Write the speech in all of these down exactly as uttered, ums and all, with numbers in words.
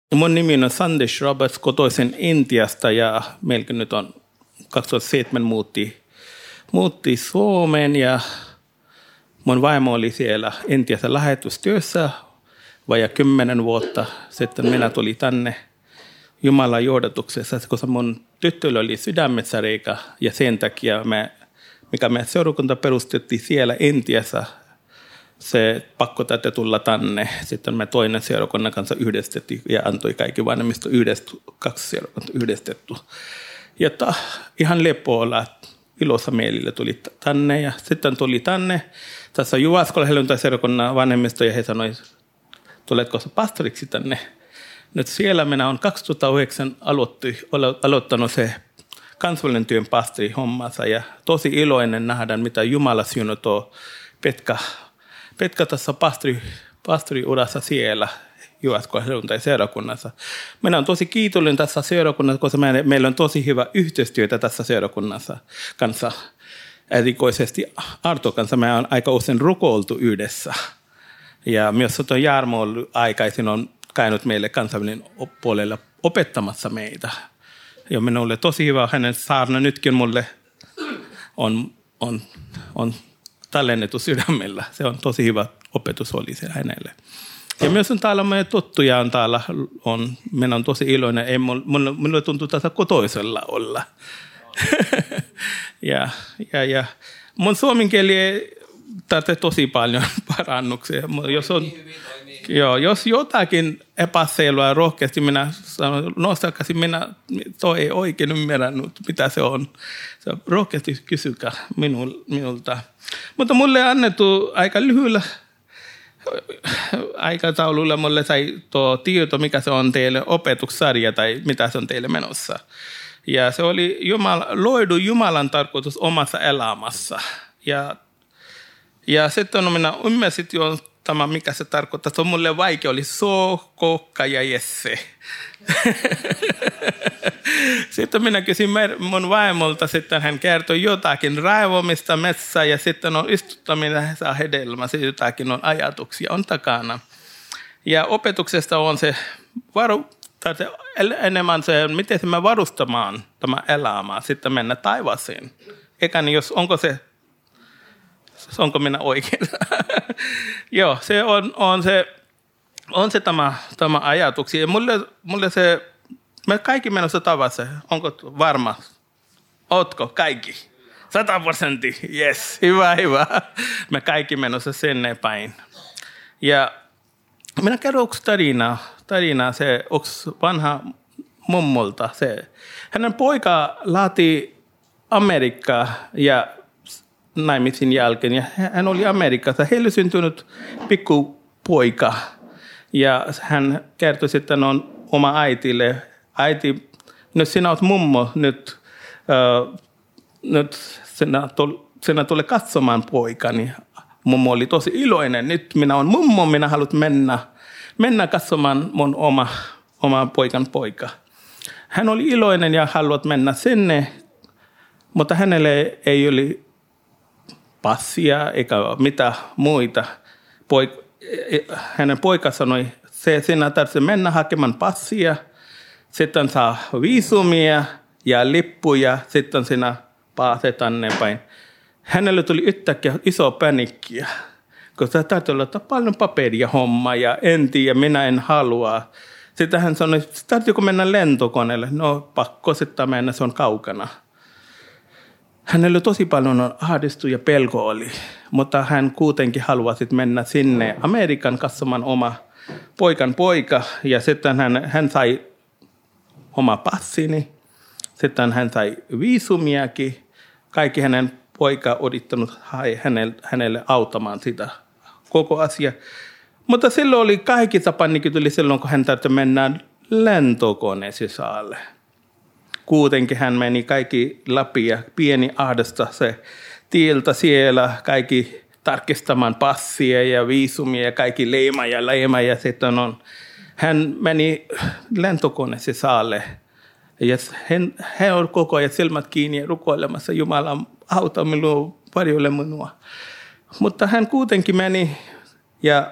Mun nimi on Sandesh Roberts, kotoisin Intiasta ja melkein nyt on kaksituhattaseitsemän muutti, muutti Suomeen ja mun vaimo oli siellä Intiassa lähetystyössä vajaa kymmenen vuotta. Sitten minä tulin tänne Jumalan johdatuksessa, koska mun tyttöllä oli sydämessä reikä ja sen takia me, mikä me seurakunta perustettiin siellä Intiassa, se pakko tätä tulla tänne. Sitten me toinen seurakunnan kanssa yhdistettiin ja antoi kaikki vanhemmista yhdestä, kaksi seurakuntaa yhdistetty. Ja ta, ihan lepoilla, ilossa mielillä tuli tänne ja sitten tuli tänne. Tässä Jyväskylän helluntai-seurakunnan vanhemmista ja he sanoi, tuletko sä pastoriksi tänne? Nyt siellä minä olen kaksituhattayhdeksän aloitti, aloittanut se kansainvälinen työn pastori hommassa ja tosi iloinen nähdä, mitä Jumala siunatoo Petka, Petka tässä pastori, pastoriurassa siellä Jyväskylän helluntai-seurakunnassa. Minä olen tosi kiitollinen tässä seurakunnassa, koska meillä on tosi hyvä yhteistyötä tässä seurakunnassa kanssa. Erikoisesti Arto kanssa me on aika usein rukoiltu yhdessä. Ja myös tuon Jarmo aikaisin on käynyt meille kansainvälinen puolella opettamassa meitä. Ja minulle tosi hyvä, hänen saarna nytkin mulle on, on, on tallennettu sydämellä. Se on tosi hyvä opetus oli se hänelle. Ja myös on täällä meidän tuttuja on täällä, on, minä on tosi iloinen, ei mulle, mulle tuntuu tässä kotoisella olla. ja, ja, ja mun suomen kieli ei tarvitse tosi paljon parannuksia. Jos, on, joo, jos jotakin epäselvää rohkeasti minä sanon, nostakaisin minä, toi ei oikein ymmärränyt, mitä se on. Se on rohkeasti kysykää minul, minulta. Mutta mulle annettu aika lyhyellä aikataululla mulle sai tuo tieto, mikä se on teille opetussarja tai mitä se on teille menossa. Ja se oli Jumala, loidu Jumalan tarkoitus omassa elämässä. Ja, ja sitten minä ymmärsin jo tämä, mikä se tarkoittaa. Se on mulle vaikea, oli so, kokka ja jesse. Sitten minä kysyin mun vaimolta, sitten hän kertoi jotakin raivomista metsää ja sitten on istuttaminen saa hedelmä, se jotakin on ajatuksia on takana. Ja opetuksesta on se, varu, se enemmän se, miten me varustamaan tämä elämää, sitten mennä taivaaseen. Eikä niin, jos onko se, onko minä oikein? Joo, se on, on se, on se tämä, tämä ajatuksia. Ja mulle, mulle se, me kaikki menossa tavassa, onko varma? Ootko kaikki? Sata prosenttia, yes, hyvä, hyvä. Me kaikki menossa sinne päin. Ja minä kerron yksi tarina, tarina se yksi vanha mummolta. Se, hänen poika laati Amerikkaa ja naimisiin jälkeen. Ja hän oli Amerikassa. Heille syntynyt pikkupoika. Ja hän kertoi sitten on oma äitille, äiti, nyt sinä olet mummo, nyt, äh, nyt sinä, tol, sinä tule katsomaan poikani. Mummo oli tosi iloinen, nyt minä olen mummo, minä haluan mennä, mennä katsomaan mun oma, oma poikan poika. Hän oli iloinen ja haluat mennä sinne, mutta hänelle ei ole passia eikä mitä muita. Poik- hänen poika sanoi, se sinä tarvitset mennä hakemaan passia, sitten saa viisumia ja lippuja, sitten sinä pääset tänne päin. Hänelle tuli yhtäkkiä iso panikkia, koska täytyy olla paljon paperia homma ja en tiedä, minä en halua. Sitten hän sanoi, täytyykö mennä lentokoneelle? No pakko sitten mennä, se on kaukana. Hänellä tosi paljon ahdistu ja pelko oli, mutta hän kuitenkin haluaisi mennä sinne Amerikan katsomaan oma poikan poika. Ja sitten hän, hän sai oma passini, sitten hän sai viisumiakin. Kaikki hänen poika odittanut hänelle, hänelle auttamaan sitä koko asia. Mutta silloin oli kaikki paniikki tuli silloin, kun hän täytyy mennä lentokoneen sisälle. Kuitenkin hän meni kaikki läpi ja pieni ahdasta se tieltä siellä, kaikki tarkistamaan passia ja viisumia ja kaikki leima ja leima. Ja sitten on, hän meni lentokoneen sisälle. Ja hän, hän on koko ajan silmät kiinni ja rukoilemassa, Jumala auta minua, varjole minua. Mutta hän kuitenkin meni ja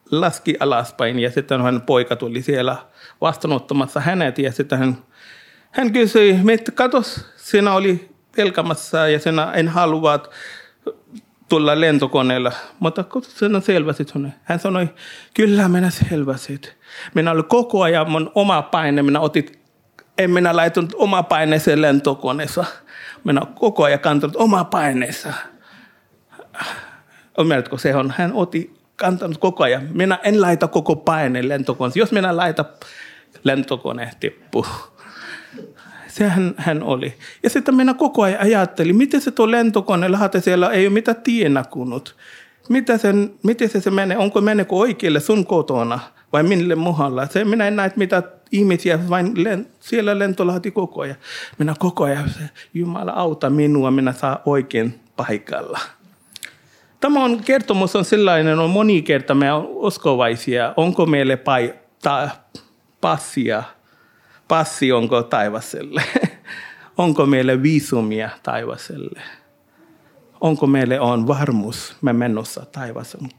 laski alaspäin ja sitten hänen poika tuli siellä vastaanottamassa hänet ja sitten hän, hän kysyi, että katos, sinä oli pelkämässä ja sinä en halua tulla lentokoneella, mutta sinä selväsit. Hän sanoi, kyllä minä selväsit. Minä olin koko ajan mun oma paine, minä otit, en minä laitunut oma paineeseen lentokoneessa. Minä olen koko ajan kantanut oma paineessa. Ymmärrätkö, se on, hän otti kantanut koko ajan. Minä en laita koko paineen lentokoneessa. Jos minä laitan lentokone tippuu. Sehän hän oli. Ja sitten minä koko ajan ajattelin, miten se tuo lentokone lähtee siellä, ei ole mitään tienakunut. Mitä sen, miten se, se menee, onko meneekö oikealle sun kotona vai minne muualla. Se, minä en näe mitä ihmisiä, vain len, siellä lento lähti koko ajan. Minä koko ajan, Jumala auta minua, minä saa oikein paikalla. Tämä on, kertomus on sellainen, on moni kerta me on uskovaisia. Onko meille pai, ta, passia? Passi onko taivaselle? Onko meille viisumia taivaselle? Onko meille on varmuus me menossa taivaselle?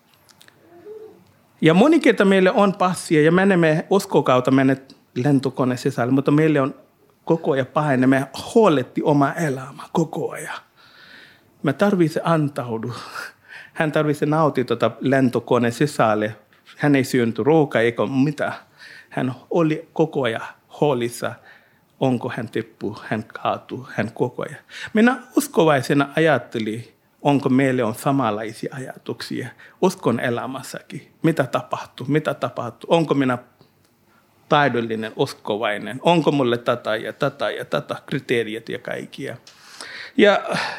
Ja moni kerta meille on passia ja menemme uskokautta menet lentokone sisälle, mutta meille on koko ajan paine. Me huoletti oma elämä koko ajan. Me tarvitsee antaudu. Hän tarvitsee nauttia tuota lentokone sisälle. Hän ei syönty ruokaa eikä mitään. Hän oli koko ajan huolissa. Onko hän tippuu, hän kaatuu, hän koko ajan. Minä uskovaisena ajattelin, onko meille on samanlaisia ajatuksia. Uskon elämässäkin. Mitä tapahtuu, mitä tapahtuu. Onko minä taidollinen, uskovainen. Onko mulle tätä ja tätä ja tätä kriteeriet ja kaikkia. Ja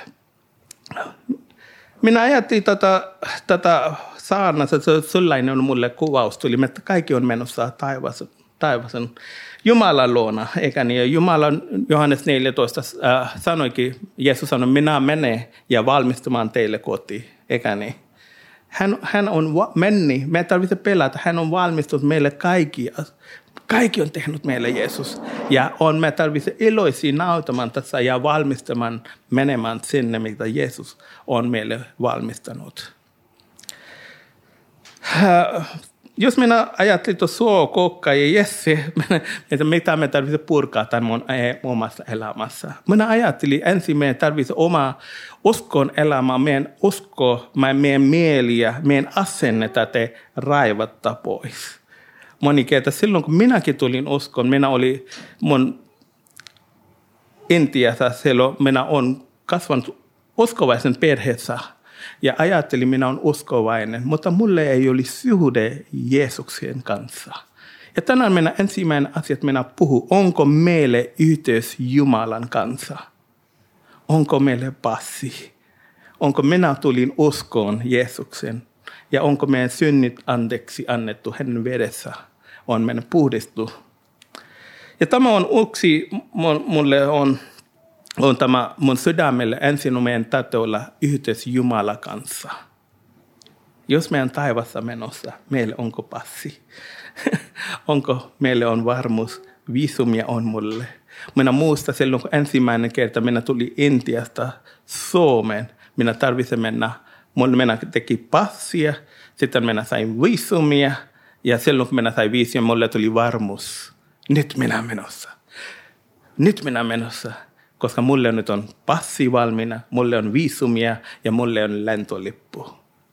minä ajattelin tätä, tätä saarnassa, se sellainen on mulle kuvaus tuli, että kaikki on menossa taivaan, taivaan Jumalan luona, eikä niin. Jumala Johannes neljätoista äh, sanoikin, Jeesus sanoi, minä menen ja valmistamaan teille kotiin, eikä niin. Hän, hän on mennyt, me ei tarvitse pelätä, hän on valmistunut meille kaikki. Kaikki on tehnyt meille Jeesus. Ja on me tarvitse iloisia nautamaan tässä ja valmistamaan menemään sinne, mitä Jeesus on meille valmistanut. Jos minä ajattelin tuossa suokokka ja Jesse, mitä me tarvitsee purkaa tämän mun omassa elämässä. Minä ajattelin ensin meidän tarvitsee omaa uskon elämää, meidän usko, meidän mieliä, meidän asennetta te raivata pois. Moni kerta silloin, kun minäkin tulin uskon, minä olin mun Intiassa, silloin minä olen kasvanut uskovaisen perheessä. Ja ajattelin, minä olen uskovainen, mutta mulle ei ole suhde Jeesuksen kanssa. Ja tänään minä ensimmäinen asia, että minä puhun, onko meille yhteys Jumalan kanssa? Onko meille passi? Onko minä tulin uskoon Jeesuksen? Ja onko meidän synnit anteeksi annettu hänen veressä? On meidän puhdistettu. Ja tämä on yksi, mulle on, on tämä mun sydämelle ensin meidän täytyy olla yhteys Jumalan kanssa. Jos meidän taivassa menossa, meille onko passi? Onko meille on varmuus? Viisumia on mulle. Minä muistan silloin, kun ensimmäinen kerta minä tuli Intiasta Suomeen. Minä tarvitsin mennä, minä teki passia, sitten minä sain viisumia. Ja silloin, kun minä sain viisumia, mulle tuli varmuus. Nyt minä menossa. Nyt minä menossa. Koska mulle nyt on passi valmiina, mulle on viisumia ja mulle on lentolippu.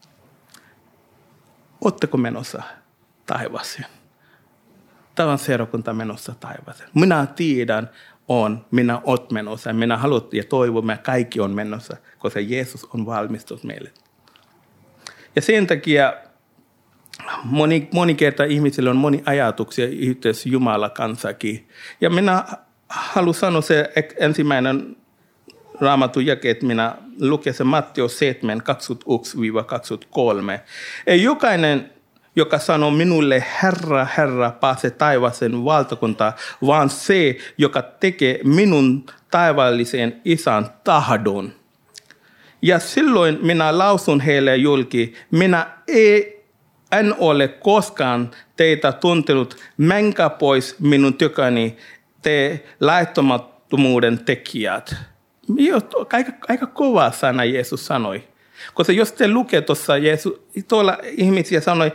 Oletteko menossa taivaaseen? Tämä on seurakunta menossa taivaaseen. Minä tiedän, on, minä olet menossa. Minä haluan ja toivon, että kaikki on menossa, koska Jeesus on valmistunut meille. Ja sen takia moni, moni kerta ihmisillä on moni ajatuksia yhteydessä Jumalan kanssakin. Ja minä haluan sanoa se ensimmäinen Raamatun jake, että minä luken se Matteus seitsemän, kaksikymmentäyksi kaksikymmentäkolme. Ei jokainen, joka sanoo minulle, Herra, Herra, pääse taivaaseen valtakuntaan, vaan se, joka tekee minun taivaallisen isän tahdon. Ja silloin minä lausun heille julki, minä ei, en ole koskaan teitä tuntenut, menkää pois minun tyköni, te laittomattomuuden tekijät. Aika, aika kova sana Jeesus sanoi. Koska jos te lukee tuossa, Jeesus, tuolla ihmisiä sanoi,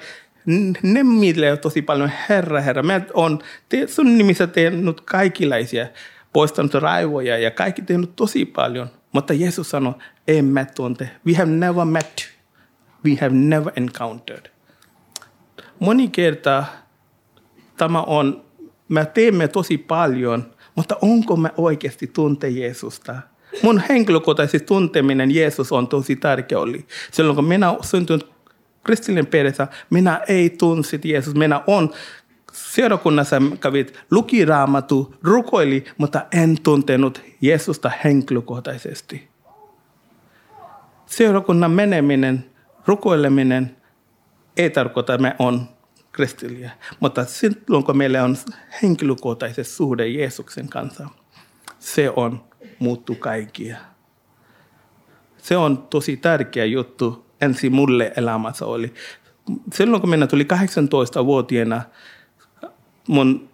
ne mille tosi paljon, Herra, Herra, mä oon te, sun nimissä tehnyt kaikenlaisia, poistanut raivoja ja kaikki tehnyt tosi paljon. Mutta Jeesus sanoi, ei mä tunte. We have never met. We have never encountered. Moni kertaa tämä on, me teemme tosi paljon, mutta onko me oikeasti tunte Jeesusta? Mun henkilökohtaisesti tunteminen Jeesus on tosi tärkeä oli. Silloin kun minä olen syntynyt kristillinen perheessä, minä ei tunsit Jeesus. Minä on seurakunnassa kävit, luki Raamattu, rukoili, mutta en tuntenut Jeesusta henkilökohtaisesti. Seurakunnan meneminen, rukoileminen ei tarkoita, että me on kristillisiä. Mutta silloin kun meillä on henkilökohtaisen suhde Jeesuksen kanssa, se on muuttu kaikkia. Se on tosi tärkeä juttu ensin mulle elämässä oli. Silloin kun minä tuli kahdeksantoistavuotiaana mun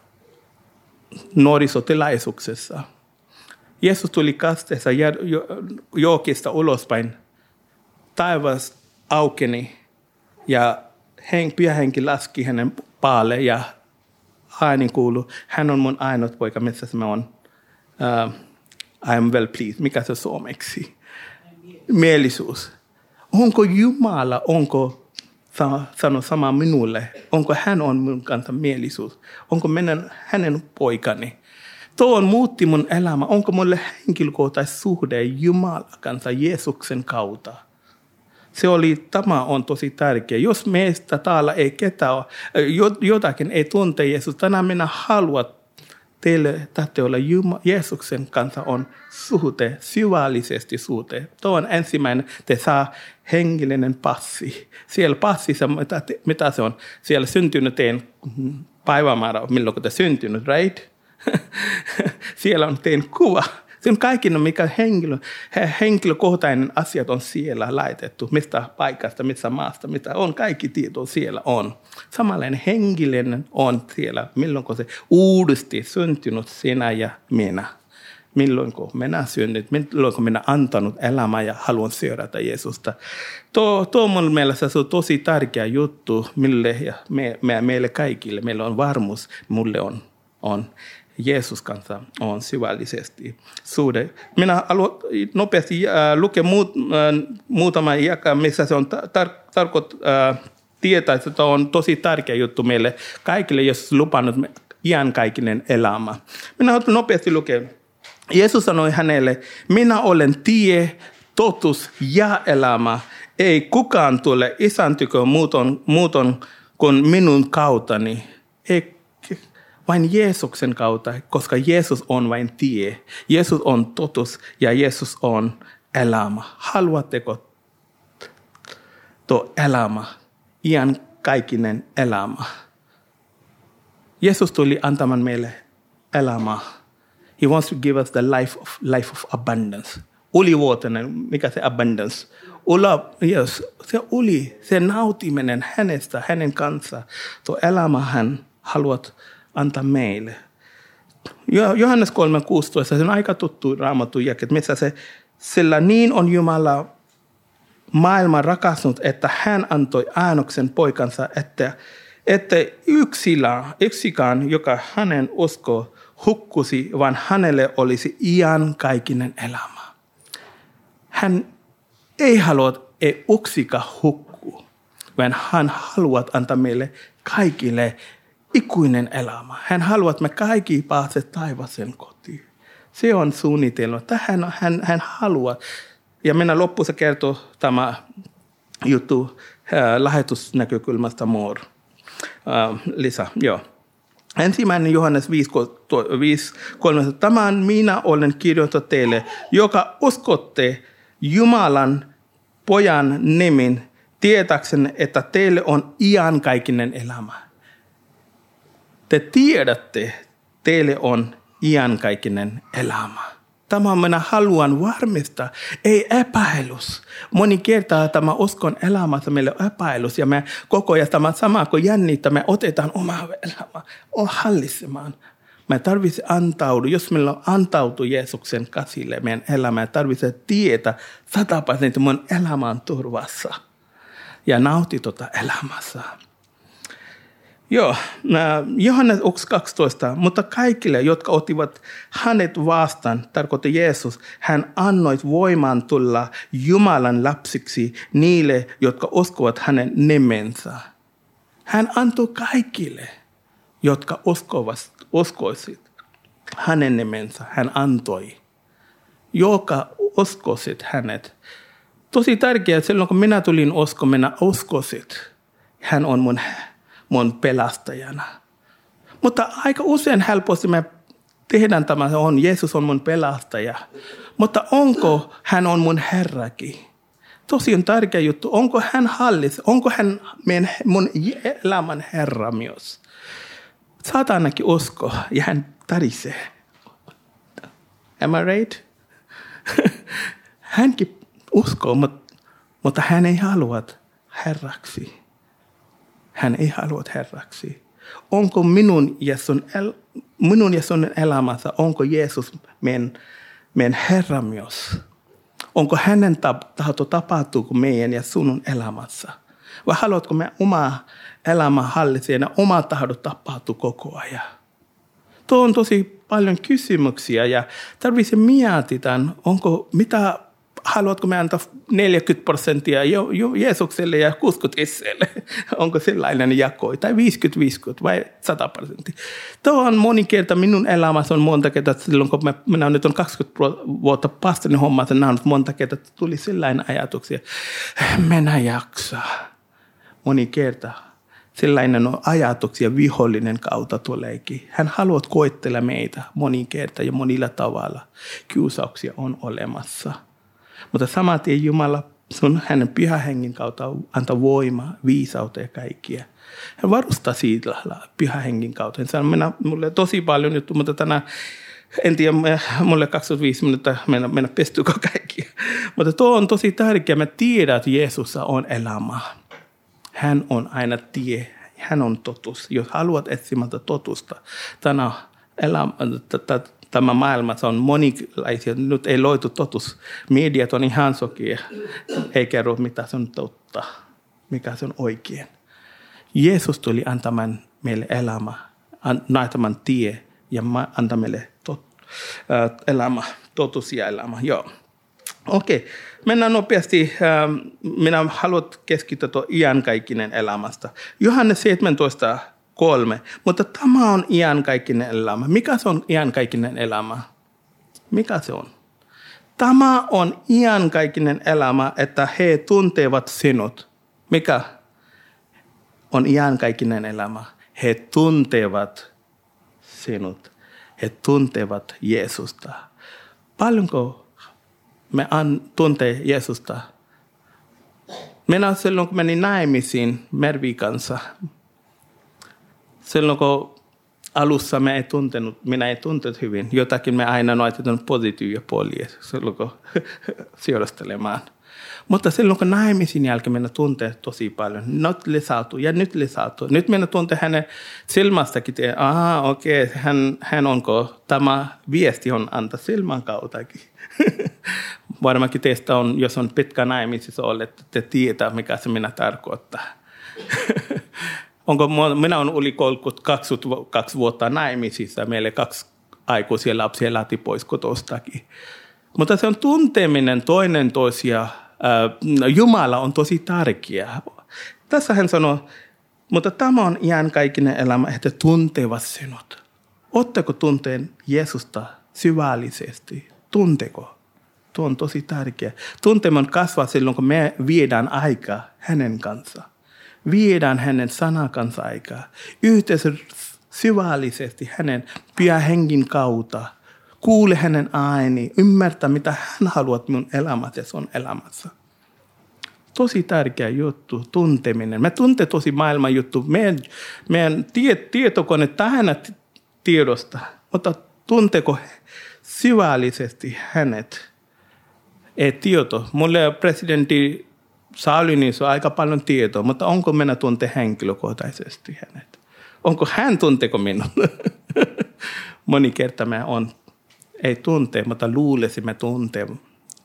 nuorisotilaisuuksessa, Jeesus tuli kasteessa jookista ulospäin. Taivas aukeni ja pyhähenki laski hänen päälle ja ääni kuului, hän on mun ainut poika, missä mä oon. Uh, I am well pleased. Mikä se suomeksi? Mielisuus. Onko Jumala, onko sano sama minulle? Onko hän on mun kanssa mielisuus? Onko minä hänen poikani? Tuo muutti mun elämä. Onko mulle henkilökohtainen suhde Jumala kanssa Jeesuksen kautta? Se oli, tämä on tosi tärkeä. Jos meistä täällä ei ketään, jotakin ei tunte Jeesus, tänään minä haluan teille täytyy olla Juma, Jeesuksen kanssa on suhde, syvällisesti suhde. Tuo on ensimmäinen, te saa henkilöinen passi. Siellä passissa, mitä, te, mitä se on? Siellä syntynyt teidän päivämäärä, milloin te syntynyt, right? Siellä on teidän kuva. Se on kaikki, mikä henkilö, henkilökohtainen asiat on siellä laitettu. Mistä paikasta, mistä maasta, mitä on. Kaikki tieto siellä on. Samanlainen henkilöinen on siellä. Milloin se uudesti syntynyt sinä ja minä. Milloin minä synnyt, milloin minä antanut elämää ja haluan seurata Jeesusta. Tuo, tuo mun mielestä se on tosi tärkeä juttu mille ja me, me, meille kaikille. Meillä on varmuus, mulle on. on. Jeesus kanssa on syvällisesti suhde. Minä haluan nopeasti äh, lukea muut, äh, muutama jakaa, missä se on tar- tarkoit äh, tietää, että tämä on tosi tärkeä juttu meille kaikille, jos lupannut iankaikkinen elämä. Minä haluan nopeasti lukea. Jeesus sanoi hänelle, minä olen tie, totuus ja elämä. Ei kukaan tule isän tykö muuton, muuton kuin minun kautani. Ei vain Jeesuksen kautta, koska Jeesus on vain tie. Jeesus on totuus ja Jeesus on elämä. Haluatteko tuo elämä, iankaikkinen elämä? Jeesus tuli antamaan meille elämää. He wants to give us the life of, life of abundance. Ulivuotinen, mikä se abundance? Ula, yes, se uli, se nautiminen hänestä, hänen kanssa. Tuo elämä hän haluat antaa meille. Johannes kolme kuusitoista, se on aika tuttu Raamattu jaket, missä se, sillä niin on Jumala maailman rakastunut, että hän antoi äänoksen poikansa, että, että yksilä, yksikään, joka hänen uskoo, hukkusi, vaan hänelle olisi iankaikkinen elämä. Hän ei halua, ei yksikä hukkuu, vaan hän haluaa antaa meille kaikille ikuinen elämä. Hän haluaa, että me kaikki pääse taivaaseen kotiin. Se on suunnitelma. Tähän hän, hän haluaa. Ja minä lopussa kertoo tämä juttu äh, lähetusnäkökulmasta more. Äh, lisä, joo. Ensimmäinen Johannes viisi kolme. Tämän minä olen kirjoittanut teille, joka uskotte Jumalan pojan nimin, tietääksenne, että teille on iankaikkinen elämä. Te tiedätte, teille on iankaikkinen elämä. Tämä minä haluan varmistaa, ei epäilys. Moni kertaa tämä uskon elämässä meille on epäilys. Ja me koko ajan tämä sama kuin jännittää, me otetaan omaa elämää, on hallitsemaan. Me tarvitsemme antautua, jos meillä on antautu Jeesuksen käsille meidän elämää, me tarvitsemme tietää sata prosenttia mun elämän turvassa. Ja nauti tuota elämässä. Joo, Johannes yksi kaksitoista, mutta kaikille, jotka ottivat hänet vastaan, tarkoitti Jeesus, hän annoi voimaan tulla Jumalan lapsiksi niille, jotka uskovat hänen nimensä. Hän antoi kaikille, jotka uskovat, uskoisit hänen nimensä. Hän antoi, joka uskoisit hänet. Tosi tärkeää, että silloin kun minä tulin uskoon, minä uskoisit. Hän on mun mun pelastajana. Mutta aika usein helposti me tehdään tämä, on Jeesus on mun pelastaja. Mutta onko hän on mun Herrakin? Tosi on tärkeä juttu. Onko hän hallis? Onko hän mun elämän Herra myös? Saatanakin usko ja hän tarisee. Am I right? Hänkin uskoo, mutta hän ei halua Herraksi. Hän ei halua Herraksi. Onko minun ja sun, el, minun ja sun elämässä, onko Jeesus meidän, meidän Herra myös? Onko hänen tahto tapahtuu meidän ja sun elämässä? Vai haluatko me oma elämä hallitsee ja oma tahdot tapahtuu koko ajan? Tuo on tosi paljon kysymyksiä ja tarvitsee miettiä, onko mitä... Haluatko me antaa neljäkymmentä prosenttia Jeesukselle ja kuusikymmentä itselle? Onko sellainen jako? Tai viisikymmentä viisikymmentä vai sata prosenttia? Tuo on moni kerta minun elämässä on monta kertaa, silloin kun minä nyt on kaksikymmentä vuotta pastorin hommassa nähnyt monta kertaa, tuli sellainen ajatuksia. Minä jaksa. Moni kerta sellainen on ajatuksia vihollinen kautta tuleekin. Hän haluaa koettella meitä moni kerta ja monilla tavalla. Kiusauksia on olemassa. Mutta samaten Jumala sun hänen pyhän hengen kautta antaa voimaa, viisautta ja kaikkia. Hän varustaa siitä pyhän hengen kautta. Hän sanoo, minä, mulle tosi paljon juttu, mutta tänään en tiedä, mulle kaksikymmentäviisi minuuttia mennä, mennä pestyykö kaikkia. Mutta tuo on tosi tärkeää. Me tiedät, että Jeesus on elämä. Hän on aina tie. Hän on totuus. Jos haluat etsimättä totuusta, tänä elämä, tämä maailmassa on monilaisia. Nyt ei loitu totuus. Mediat on ihan sokia. Ei kerro, mitä se on totta. Mikä se on oikein. Jeesus tuli antamaan meille elämä. Näytämään tie. Ja antaa meille tot, äh, elämä. Totuus ja elämä. Joo. Okei. Okay. Mennään nopeasti. Ähm, minä haluan keskittyä iankaikkinen elämästä. Johannes seitsemäntoista kolme. Mutta tämä on iankaikkinen elämä. Mikä se on iankaikkinen elämä? Mikä se on? Tämä on iankaikkinen elämä, että he tuntevat sinut. Mikä on iankaikkinen elämä? He tuntevat sinut. He tuntevat Jeesusta. Paljonko me tuntee Jeesusta? Minä silloin, kun menin naimisiin Mervi kanssa, silloin kun alussa me ei tuntenut, minä ei tuntenut hyvin. Jotakin me aina noitetun positiivisia puolia silloin kun sijoistelemaan. Mutta silloin kun naimisiin jälkeen minä tuntee tosi paljon. Nyt lisääntyy ja nyt lisääntyy. Nyt minä tuntee hänen silmästäkin, että aha, okei, okay, hän, hän onko, tämä viesti on antaa silmän kauttakin. Varmaankin teistä on, jos on pitkä naimisissa ollut, te tietää, mikä se minä tarkoittaa. Onko, minä olen yli kolmekymmentäkaksi vuotta naimisissa, meille kaksi aikuisia lapsia lähti pois kotostakin. Mutta se on tunteminen toinen toisia. Jumala on tosi tärkeä. Tässä hän sanoo, mutta tämä on iankaikkinen elämä, että tuntevat sinut. Otteko tunteen Jeesusta syvällisesti? Tunteko? Tuo on tosi tärkeä. Tunteminen kasvaa silloin, kun me viedään aikaa hänen kanssaan. Viedään hänen sanan kanssa aikaa. Yhteensä syvällisesti hänen pyhän hengen kautta. Kuule hänen ääni. Ymmärtää, mitä hän haluaa minun elämässä ja sun elämässä. Tosi tärkeä juttu, tunteminen. Me tuntee tosi maailman juttu. Meidän, meidän tie, tietokone tähän tiedosta. Mutta tunteeko syvällisesti hänet? Ei tieto. Mulle presidentti Sauli on aika paljon tietoa, mutta onko minä tunte henkilökohtaisesti hänet? Onko hän tunteko minut? Moni kerta me on, ei tunte, mutta luulisi me tuntee.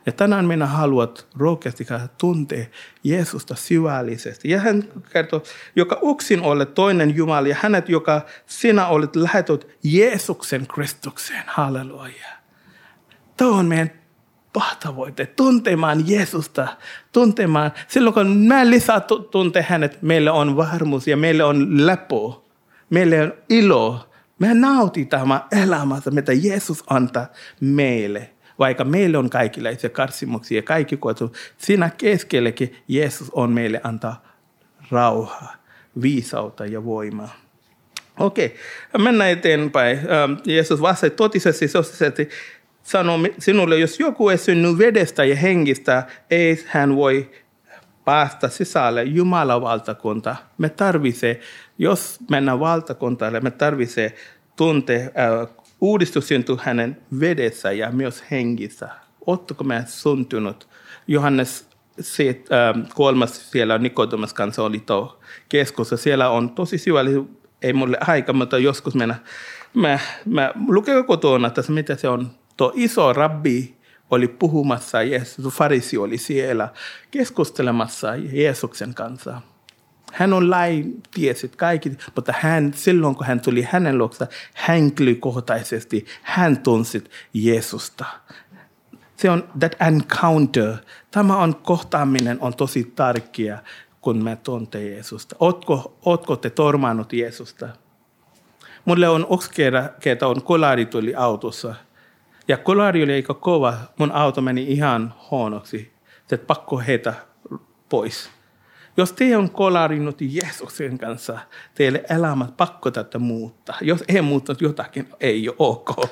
Ja tänään minä haluan rohkeasti tuntea Jeesusta syvällisesti. Ja hän kertoo, joka yksin olet toinen Jumala ja hänet, joka sinä olet lähetet Jeesuksen Kristukseen. Halleluja. Tuo on meidän pahtavoite, tuntemaan Jeesusta, tuntemaan. Silloin kun mä lisää tuntea hänet, meillä on varmuus ja meillä on lepo, meillä on ilo. Me nautitaan elämästä, mitä Jeesus antaa meille. Vaikka meillä on kaikenlaisia karsimuksia ja kaikki koetu, siinä keskelläkin Jeesus on meille antaa rauhaa, viisautta ja voimaa. Okei, mennään eteenpäin. Jeesus vastasi totisesti, totisesti sanoo sinulle, jos joku ei synny vedestä ja hengistä, ei hän voi päästä sisälle Jumalan valtakunta. Me tarvitsee, jos mennään valtakuntalle, me tarvitsee tuntea, äh, uudistus syntyy hänen vedessä ja myös hengissä. Ottako me syntynyt? Johannes se, äh, kolmas siellä Nikodemus kanssa oli tuo keskus. Siellä on tosi syvällinen, ei mulle aika, mutta joskus mennä. Mä, mä luken kotona tässä, mitä se on. Tuo iso rabbi oli puhumassa, Jeesus, farisi oli siellä keskustelemassa Jeesuksen kanssa. Hän on lain, tiesit kaikki, mutta hän, silloin kun hän tuli hänen luokse, henkilökohtaisesti, hän tunsi Jeesusta. Se on that encounter. Tämä on kohtaaminen on tosi tärkeä, kun me tuntee Jeesusta. Ootko, ootko te tormannut Jeesusta? Mulle on yksi kerta on kolari tuli autossa. Ja kolari oli aika kova. Mun auto meni ihan huonoksi. Se pakko heitä pois. Jos te on kolarinut Jeesuksen kanssa, teille elämä pakko tätä muuttaa. Jos ei muuttanut jotakin, ei ole ok.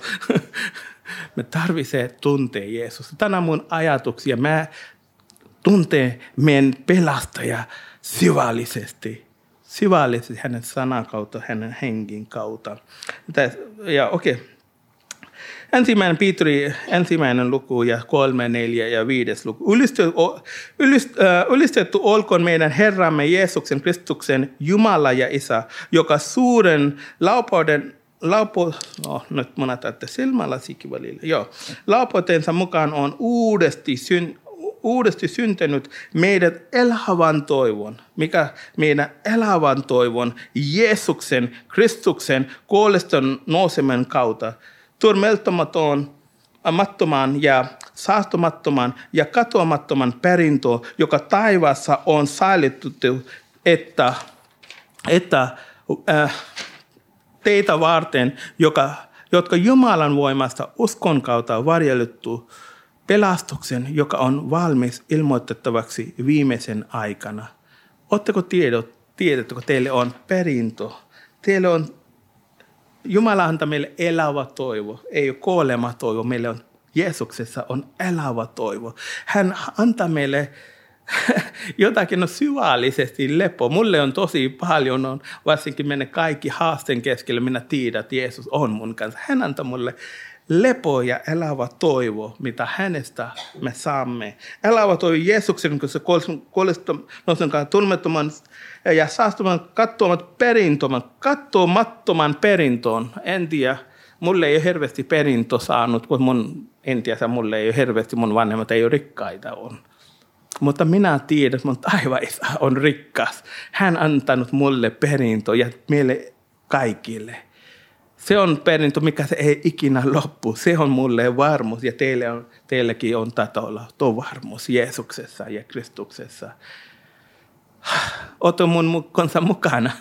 Me tarvitsee tuntea Jeesusta. Tänään mun ajatuksia. Mä tuntee meidän pelastaja syvällisesti. Syvällisesti hänen sanan kautta, hänen henkin kautta. Ja okei. Okay. Ensimmäinen Pietari, ensimmäinen luku ja kolme, neljä ja viides luku. Ylistetty, ylistetty olkoon meidän Herramme Jeesuksen Kristuksen Jumala ja Isä, joka suuren laupeuden, laupo, no, nyt mun ajattelin silmälasikin välillä, joo, laupeutensa mukaan on uudesti, syn, uudesti syntynyt meidät elävän toivon. Mikä meidän elävän toivon Jeesuksen, Kristuksen kuolleista nouseman kautta. Turmeltumaton, amattoman ja saastumattoman ja katoamattoman perintö, joka taivaassa on säilytetty, että, että äh, teitä varten, joka, jotka Jumalan voimasta uskon kautta on varjellettu pelastuksen, joka on valmis ilmoitettavaksi viimeisen aikana. Oletteko tiedot, tiedättekö, teille on perintö, teille on Jumala antaa meille elävä toivo, ei ole kuolema toivo, meillä on Jeesuksessa on elävä toivo. Hän antaa meille jotakin syvällisesti lepo. Mulle on tosi paljon, on, varsinkin mennä kaikki haasteen keskellä, minä tiedän, että Jeesus on mun kanssa. Hän antaa mulle lepo ja elävä toivo, mitä hänestä me saamme. Elävä toivo Jeesuksen, kun se kuoleston tunmettoman ja saastuman katsomat perintöman, katsomattoman perintöön. En tiedä, mulle ei ole hirveästi perintö saanut, kun mun, en tiedä, mulle ei ole hirveästi, mun vanhemmat ei ole rikkaita on. Mutta minä tiedän, että mun taivaisa on rikkas. Hän on antanut mulle perintö ja meille kaikille. Se on perintö, mikä se ei ikinä loppu. Se on mulle varmuus ja teille on, teillekin on tätä olla tuo varmuus Jeesuksessa ja Kristuksessa. Oto mun kanssa mukana.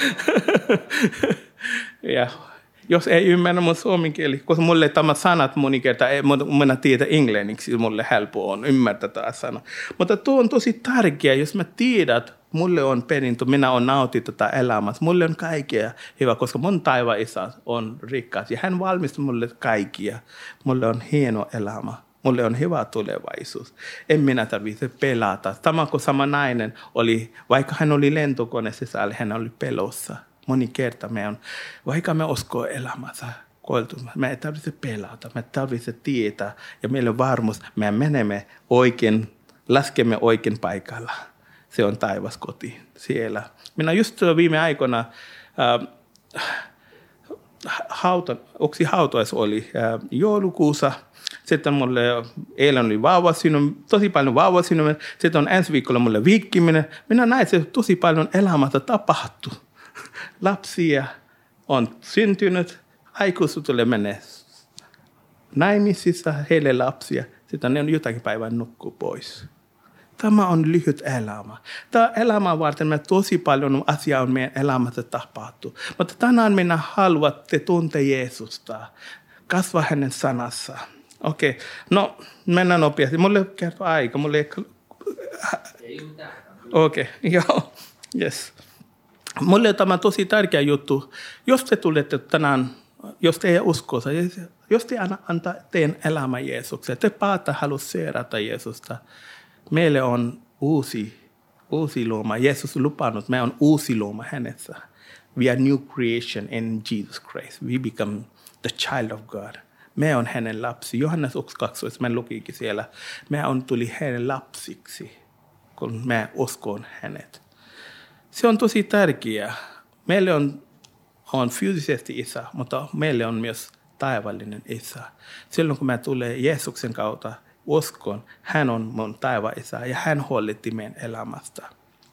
Ja jos ei ymmärrä mun suomen kieli, koska mulle tämä sanat moni kerta, ei minä tiedä englanniksi, mulle helppo on ymmärtää tämä sana. Mutta tuo on tosi tärkeä, jos mä tiedän, mulle on perintö, minä on nautin tätä elämässä. Mulle on kaikkea hyvä, koska mun taivaan isä on rikas ja hän valmistaa mulle kaikkia. Mulle on hieno elämä. Mulle on hyvä tulevaisuus. En minä tarvitse pelata. Sama kuin sama nainen oli, vaikka hän oli lentokone sisällä, hän oli pelossa. Moni kerta me on, vaikka me uskoo elämässä, me ei tarvitse pelata, me tarvitse tietää ja meillä on varmuus, me menemme oikein, laskemme oikein paikalla. Se on taivas koti siellä. Minä just viime aikoina äh, hauta, yksi hautais oli äh, joulukuussa. Sitten mulle eilen oli vauvasynnytys, tosi paljon vauvasynnytys. Sitten on ensi viikolla mulle viikkiminen. Minä näin, että tosi paljon elämässä tapahtuu. Lapsia on syntynyt, aikuisuus tulee menee naimisissa, heille lapsia. Sitten ne on jotakin päivän nukkuu pois. Tämä on lyhyt elämä. Tämä elämä varten me tosi paljon asiaa on meidän elämässä tapahtuu. Mutta tänään minä haluan, että te tuntea Jeesusta. Kasva hänen sanassa. Okei, okay. No mennään nopeasti. Mulle kertoo aika. Mulle ei mitään. Okei, okay. Joo. Yes. Mulle on tämä tosi tärkeä juttu. Jos te tulette tänään, jos te ei usko, jos te antaa teidän elämä Jeesukseen, te päätä halua seurata Jeesusta. Meille on uusi, uusi luoma. Jeesus on lupannut, me on uusi luoma hänessä. We are new creation in Jesus Christ. We become the child of God. Me on hänen lapsi. Johannes yksi kaksitoista, me lukikin siellä. Me on tuli hänen lapsiksi, kun me uskon hänet. Se on tosi tärkeää. Meille on, on fyysisesti isä, mutta meille on myös taivallinen isä. Silloin kun me tulee Jeesuksen kautta, uskon, hän on mun taivaan isä ja hän huolehtii meidän elämästä.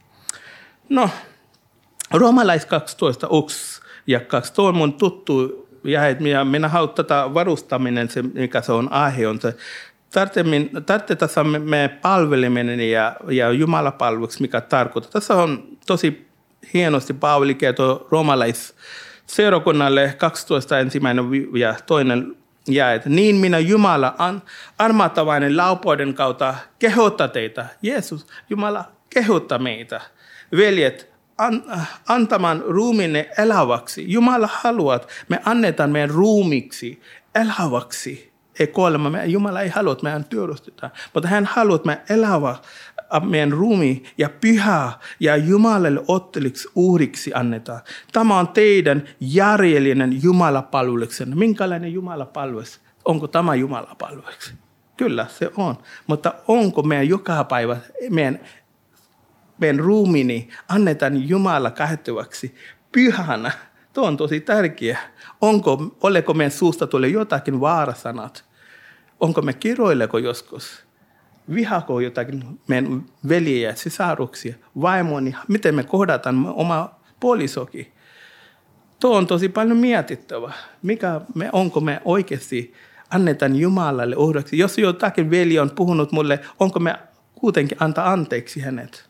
No, Roomalais kaksitoista yksi ja kaksi, tuo on mun tuttu, ja minä haluan tätä varustaminen, se, mikä se on aihe, on se, tarvitsee tässä me palveleminen ja, ja Jumalapalveluksi, mikä tarkoittaa. Tässä on tosi hienosti Paavali kertoo Roomalais seurakunnalle kaksitoista ensimmäinen ja toinen ja että niin minä Jumala an, armahtavainen laupeuden kautta kehottaa teitä. Jeesus, Jumala kehottaa meitä. Veljet, an, antamaan ruumiinne eläväksi. Jumala haluaa, että me annetaan meidän ruumiksi eläväksi. Ei kuolema. Me, Jumala ei halua, että meidän työdystytään. Mutta hän haluaa, että me elävä meidän ruumi ja pyhä ja Jumalalle otteliksi uhriksi annetaan. Tämä on teidän järjellinen Jumalapalveluksenne. Minkälainen Jumalapalvelus? Onko tämä Jumalapalveluksi? Kyllä, se on. Mutta onko meidän joka päivä, meidän, meidän ruumiini annetaan Jumala käyttäväksi pyhänä? Tuo on tosi tärkeää. Onko, oleko meidän suusta tulee jotakin vaarasanat? Onko me kiroileko joskus? Vihako jotakin meidän veljiä, sisaruksia, vaimoni, miten me kohdataan oma puolisokin. Tuo on tosi paljon mietittävä. Mikä me, onko me oikeasti annetaan Jumalalle uhraksi? Jos jotakin veli on puhunut mulle, onko me kuitenkin antaa anteeksi hänet?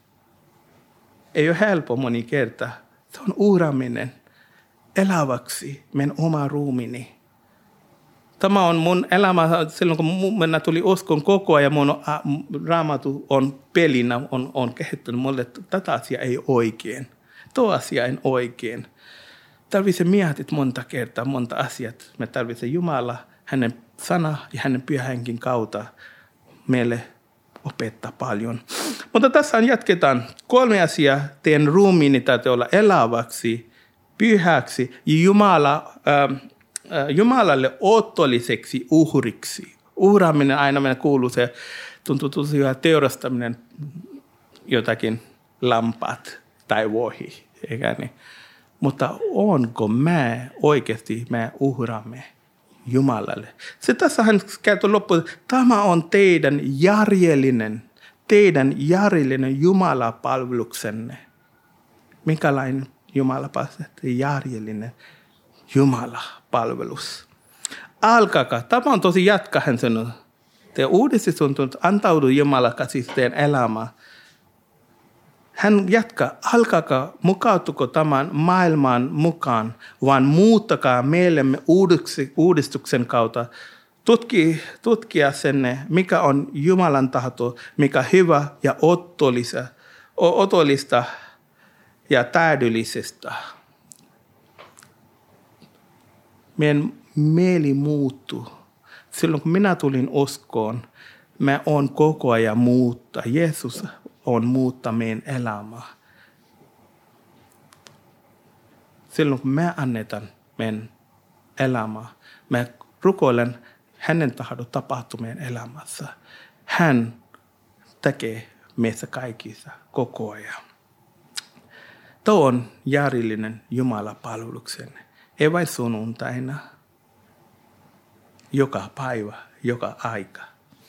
Ei ole helppo moni kerta. Se on uhraaminen eläväksi meidän oma ruumini. Tämä on mun elämä, silloin kun minä tuli uskon koko ajan, mun Raamattu on pelinä, on, on kehittynyt mulle, että tätä asiaa ei oikein. Tuo asia ei oikein. Tarvitsee mietit monta kertaa, monta asiat. Me tarvitsee Jumala, hänen sana ja hänen pyhänkin kautta meille opettaa paljon. Mutta tässä jatketaan. Kolme asiaa. Teidän ruumiini täytyy olla eläväksi, pyhäksi ja Jumala... Ähm, Jumalalle ottolliseksi uhriksi. Uhraaminen aina meidän kuuluu, se tuntuu tosi hyvä teurastaminen jotakin lampaat tai vohi, eikä niin. Mutta onko me oikeasti me uhraamme Jumalalle? Se tässä hän kertoo loppuun, tämä on teidän järjellinen, teidän järjellinen Jumalapalveluksenne. Minkälainen Jumalapalvelus? Järjellinen Jumala-palvelus. Alkakaa. Tämä on tosi jatka, hän sanoi. Te uudesti tuntunut, antaudu Jumala käsitteen elämään. Hän jatkaa, alkakaa, mukautuko tämän maailman mukaan, vaan muuttakaa meillemme uudistuksen kautta. Tutki, tutkia sen, mikä on Jumalan tahto, mikä hyvä ja otollista, otollista ja täydellisestä. Meidän mieli muuttuu. Silloin kun minä tulin uskoon, me on koko ajan muuttaa. Jeesus on muuttaa meidän elämää. Silloin kun me annetaan meidän elämää, me rukoilen hänen tahdon tapahtuu meidän elämässä. Hän tekee meissä kaikissa koko ajan. Tuo on järjellinen Jumalapalveluksenne. Ei vain sunnuntaina, joka päivä joka aika.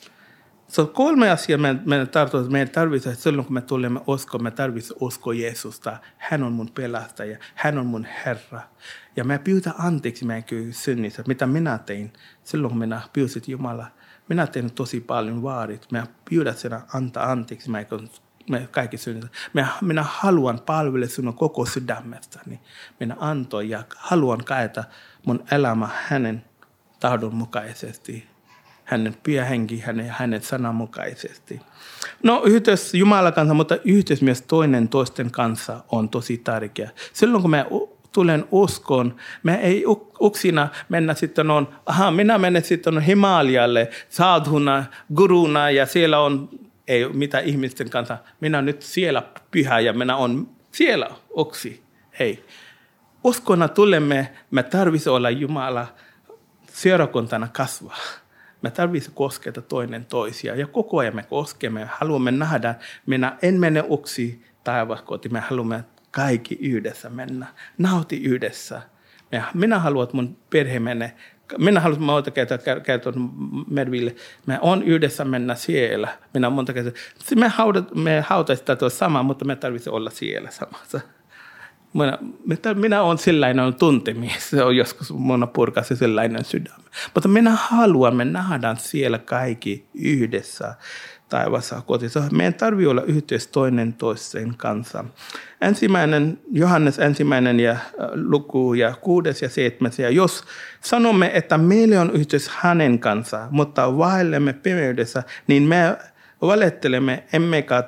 Se on kolme asiaa meidän tarvitsee. Meidän tarvitsee, silloin kun me tulemme uskoon, me tarvitsee uskoa Jeesusta. Hän on mun pelastaja, hän on mun Herra. Ja me pyytää anteeksi meidän synnissä, mitä minä tein. Silloin kun minä pyysin Jumala, minä tein tosi paljon vaarit. Minä pyydän sinä antaa anteeksi meidän kaikki synnit. Minä, minä haluan palvella sinun koko sydämestäni. Minä antoin ja haluan kaeta mun elämä hänen tahdon mukaisesti. Hänen pyhähenki, hänen, hänen sanan mukaisesti. No yhteys Jumalan kanssa, mutta yhteys myös toinen toisten kanssa on tosi tärkeä. Silloin kun me tulen uskoon, me ei uksina mennä sitten on, aha, minä menen sitten on Himalajalle saadhuna, guruna ja siellä on, ei mitä ihmisten kanssa, minä olen nyt siellä pyhä ja minä olen siellä uksi. Hei, uskona tulemme, me tarvitsemme olla Jumala seurakuntana kasvaa. Me tarvitsemme kosketa toinen toisia ja koko ajan me koskemme. Haluamme nähdä, minä en mene uksi taivaaskoti, me haluamme kaikki yhdessä mennä. Nauti yhdessä. Minä haluan, että mun perhe menee. Minä haluan monta kertaa kertoa Merville, me on yhdessä mennä siellä. Minä monta kertaa, me, haudat, me hautaisimme tätä samaa, mutta me tarvitsemme olla siellä samassa. Minä, minä olen sellainen tuntemies, se on joskus mun purkassa sellainen sydämä. Mutta minä haluan, me nähdään siellä kaikki yhdessä taivaassa kotissa. Meidän tarvitsee olla yhteys toinen toisen kanssa. Ensimmäinen, Johannes ensimmäinen ja luku ja kuudes ja seitsemäs. Ja jos sanomme, että meillä on yhteys hänen kanssa, mutta vaellemme pimeydessä, niin me valettelemme, emmekä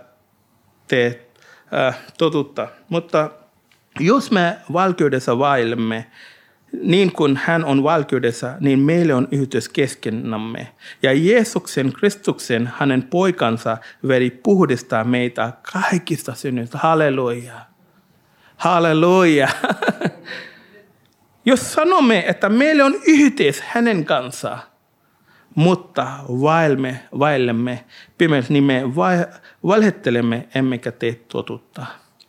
tee äh, totuutta. Mutta jos me valkeudessa vaellemme, niin kuin hän on valkeudessa, niin meillä on yhteys keskenämme. Ja Jeesuksen, Kristuksen, hänen poikansa veri puhdistaa meitä kaikista synnyistä. Halleluja. Halleluja. Jos sanomme, että meillä on yhteys hänen kanssa, mutta vaellemme, vaellemme pimeydessä, niin me valhettelemme, emmekä tee totuutta.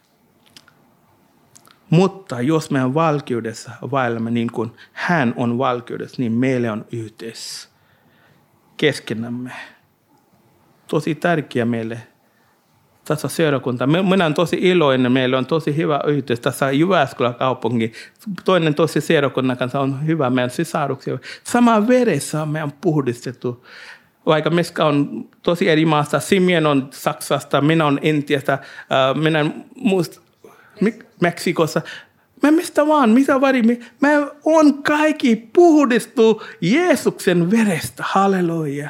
Mutta jos me on valkeudessa vaellemme niin kuin hän on valkeudessa, niin meillä on yhteys keskenämme. Tosi tärkeä meille tässä seurakunta. Minä olen tosi iloinen, meillä on tosi hyvä yhteys tässä Jyväskylän kaupunki. Toinen tosi seurakunnan kanssa on hyvä, meidän sisaruksia. Sama veressä me on puhdistettu. Vaikka Meska on tosi eri maasta, Simien on Saksasta, minä olen Intiasta, minä muista Meksikossa. Me mistä vaan, mitä väri, me, me on kaikki puhdistu Jeesuksen verestä. Halleluja.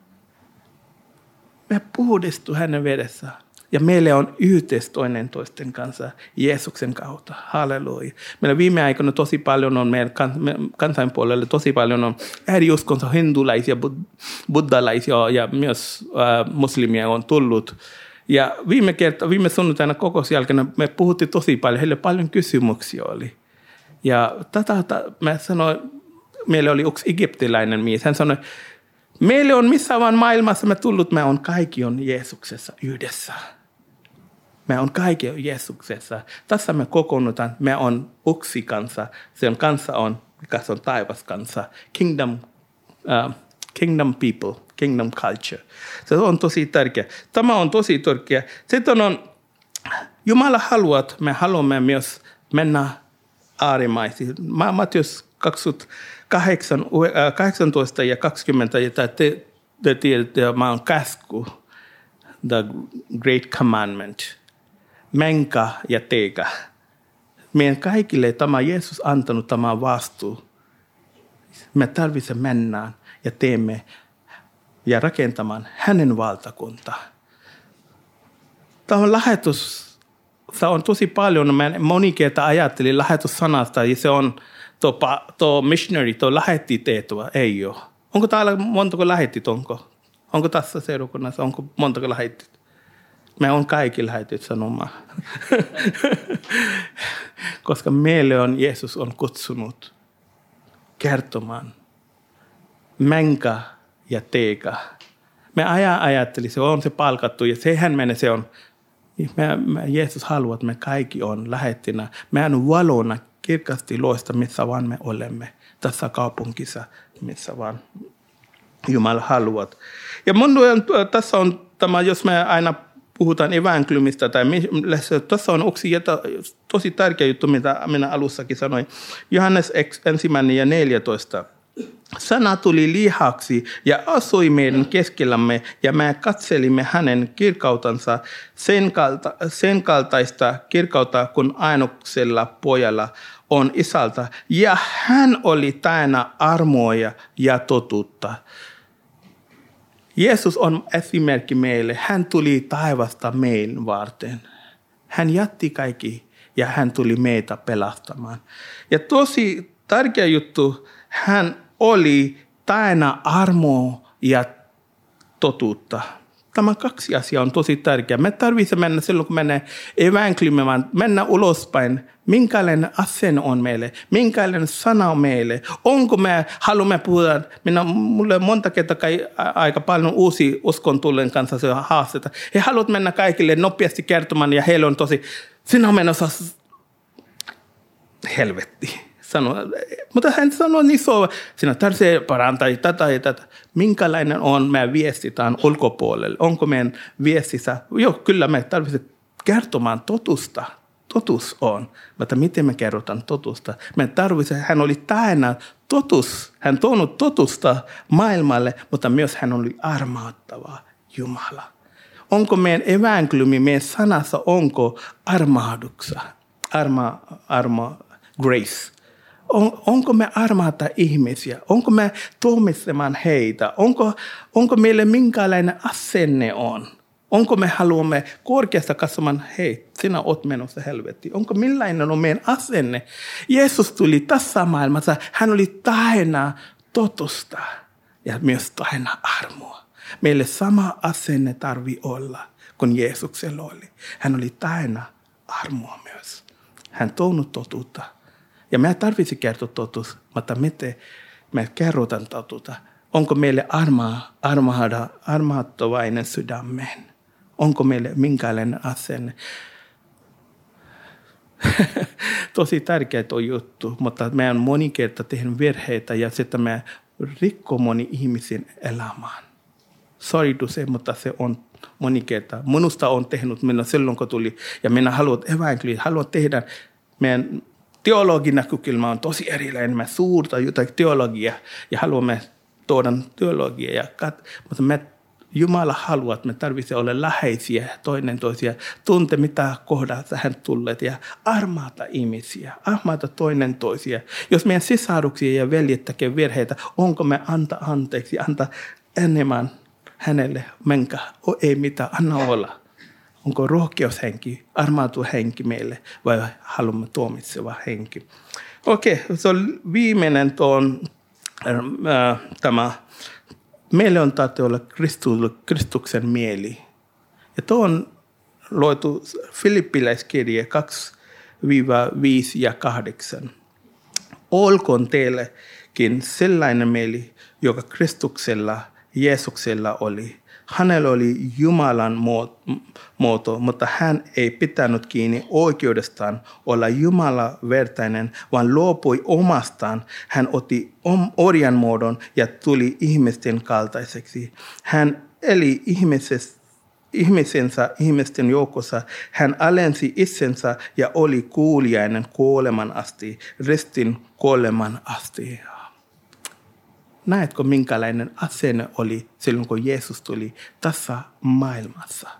Me puhdistu hänen veressä. Ja meillä on yhteys toinen toisten kanssa Jeesuksen kautta. Halleluja. Meillä viime aikoina tosi paljon on meidän kansainpuolella, tosi paljon on eri uskonsa hindulaisia, buddhalaisia ja myös äh, muslimia on tullut. Ja viime kerta, viime sunnuntaina kokouksen jälkeen me puhuttiin tosi paljon, heille paljon kysymyksiä oli. Ja tätä mä sanoin, meillä oli yksi egyptiläinen mies, hän sanoi, meille on missä vaan maailmassa me tullut, me on kaikki on Jeesuksessa yhdessä. Me on kaikki Jeesuksessa. Tässä me kokoonnutaan, me on yksi kanssa, sen kanssa on, mikä on taivas kanssa, kingdom, uh, kingdom people. Kingdom culture. Se on tosi tärkeä. Tämä on tosi tärkeä. Sitten on, Jumala haluaa, että me haluamme myös mennä äärimmäisiin. Matteus kaksikymmentäkahdeksan, kahdeksantoista ja kaksikymmentä, ja te, te tiedätte, mä oon käsky, the great commandment. Menkää ja teekää. Meidän kaikille tämä Jeesus antanut tämä vastuu. Me tarvitsemme mennä ja teemme ja rakentamaan hänen valtakuntaa. Tämä on lähetys, se on tosi paljon, moni kerta ajattelin lähetyssanasta, ja se on tuo, tuo missionary, tuo lähettiteettävä, ei ole. Onko täällä montako lähetit, onko? Onko tässä seurakunnassa, onko montako lähetit? Me on kaikki lähetit sanomaan. Koska meille on Jeesus on kutsunut kertomaan, menkää ja teekää. Me ajan ajattelin, se on se palkattu ja sehän menee, se on. Me, me, Jeesus haluaa, että me kaikki on lähettinä. Me on valona kirkasti loista, missä vaan me olemme. Tässä kaupungissa, missä vaan. Jumala haluaa. Ja mun, tässä on tämä, jos me aina puhutaan evankeliumista, tai tässä on yksi tosi tärkeä juttu, mitä minä alussakin sanoin. Johannes ensimmäinen ja neljätoista. Sana tuli lihaksi ja asui meidän keskellämme, ja me katselimme hänen kirkautansa sen, kalta, sen kaltaista kirkautta, kun ainoksella pojalla on isältä. Ja hän oli täynnä armoa ja totuutta. Jeesus on esimerkki meille. Hän tuli taivasta meidän varten. Hän jätti kaikki ja hän tuli meitä pelastamaan. Ja tosi tärkeä juttu, hän oli täynnä armoa ja totuutta. Tämä kaksi asiaa on tosi tärkeää. Me tarvitsemme mennä silloin, kun menee evankeliumimaan, mennä ulospäin. Minkälainen asenne on meille? Minkälainen sana on meille? Onko me, haluamme puhua, minä, mulle on monta kertaa aika paljon uusia uskontulleen kanssa se haasteita. He haluavat mennä kaikille nopeasti kertomaan ja heillä on tosi, sinä on menossa helvetti. Sano, mutta hän sanoo niin so, sinä tarvitsee parantaa tätä ja tätä. Minkälainen on meidän viestitään ulkopuolelle? Onko meidän viestissä? Joo, kyllä me tarvitsemme kertomaan totusta. Totuus on, mutta miten me kerrotaan totusta? Me tarvitsemme, hän oli täynnä totuus. Hän tuonut totusta maailmalle, mutta myös hän oli armahduttava Jumala. Onko meidän evankeliumi, meidän sanassa, onko armahduksa? Arma, arma, grace. On, onko me armahtaa ihmisiä? Onko me tuomitsemaan heitä? Onko, onko meille minkälainen asenne on? Onko me haluamme korkeasta katsomaan, hei, sinä oot menossa helvettiin. Onko millainen on meidän asenne? Jeesus tuli tässä maailmassa, hän oli täynnä totusta ja myös täynnä armoa. Meille sama asenne tarvii olla, kun Jeesuksella oli. Hän oli täynnä armoa myös. Hän tuonut totuutta. Ja me tarvitsi kertoa totuus, mutta miten me kerrotaan totuutta? Onko meille armaa, armahda, armahtavainen sydämen? Onko meille minkälainen asenne? Tosi tärkeä tuo juttu, mutta me on moni kerta tehnyt virheitä ja sitten me rikkoo moni ihmisen elämään. Sorry to say, mutta se on moni kerta. Minusta on tehnyt minä silloin, kun tuli. Ja minä haluan evankeliumia, haluan tehdä meidän teologin näkökulma on tosi erilainen. Me suurta jotain teologiaa ja haluamme tuoda teologiaa. Ja kat- mutta me, Jumala haluaa, että me tarvitsemme olla läheisiä toinen toisia. Tunte, mitä kohdassa hän tulleet ja armaata ihmisiä. Armaata toinen toisia. Jos meidän sisaruksia ja veljet tekee virheitä, onko me anta anteeksi, anta enemmän hänelle, menkä, o, ei mitään, anna olla. Onko rohkeushenki, armaatu henki meille vai haluamme tuomitseva henki? Okei, okay, se on viimeinen tuon, äh, tämä. Meille on täytyy olla Kristuksen mieli. Ja tuo on luotu Filippiläiskirje kaksi viisi ja kahdeksan. Olkoon teillekin sellainen mieli, joka Kristuksella, Jeesuksella oli. Hänellä oli Jumalan muoto, mutta hän ei pitänyt kiinni oikeudestaan olla Jumalan vertainen, vaan luopui omastaan. Hän otti orjan muodon ja tuli ihmisten kaltaiseksi. Hän eli ihmisensä ihmisten joukossa. Hän alensi itsensä ja oli kuuliainen kuoleman asti, ristin kuoleman asti. Näetkö, minkälainen asenne oli silloin, kun Jeesus tuli tässä maailmassa?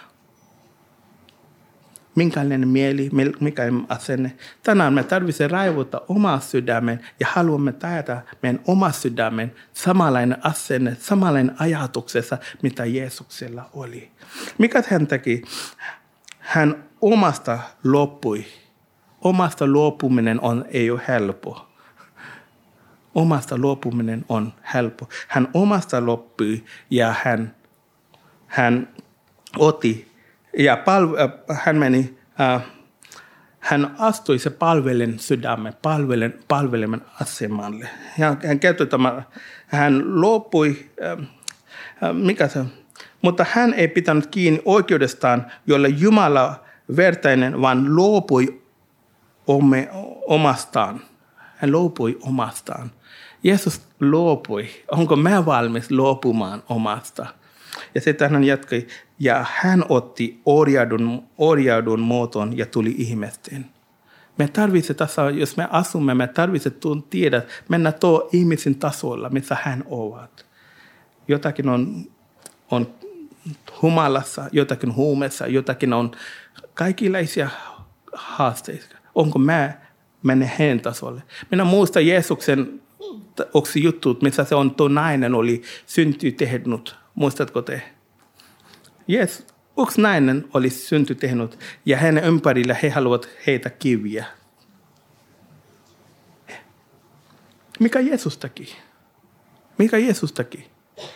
Minkälainen mieli, minkälainen asenne? Tänään me tarvitsemme raivota omaa sydämen ja haluamme taida meidän oma sydämen samanlainen asenne, samanlainen ajatuksessa, mitä Jeesuksella oli. Mikä hän teki? Hän omasta loppui. Omasta luopuminen on, ei ole helppo. Omasta luopuminen on helppo. Hän omasta loppui ja hän, hän otti ja palve, hän meni, äh, hän astui se palvelen sydämen, palvelen, palveleman asemalle. Ja hän kertoi tämän, hän luopui, äh, äh, mikä se, mutta hän ei pitänyt kiinni oikeudestaan, jolle Jumala vertainen, vaan luopui ome, omastaan. Hän luopui omastaan. Jeesus luopui. Onko mä valmis luopumaan omasta? Ja sitten hän jatkoi, ja hän otti orjaudun, orjaudun muoton ja tuli ihmisten. Me tarvitsemme tässä, jos me asumme, me tarvitsemme tiedä, mennä tuo ihmisen tasolla, missä hän ovat. Jotakin on, on humalassa, jotakin huumeessa, jotakin on kaikenlaisia haasteita. Onko mä mennä hänen tasolle? Minä muistan Jeesuksen oksi jutut, missä se on, tuo nainen oli synty tehnyt. Muistatko te? Yes. Yksi nainen oli synty tehnyt ja hänen ympärillä he haluavat heitä kiviä. Mikä Jeesus teki? Mikä Jeesus teki?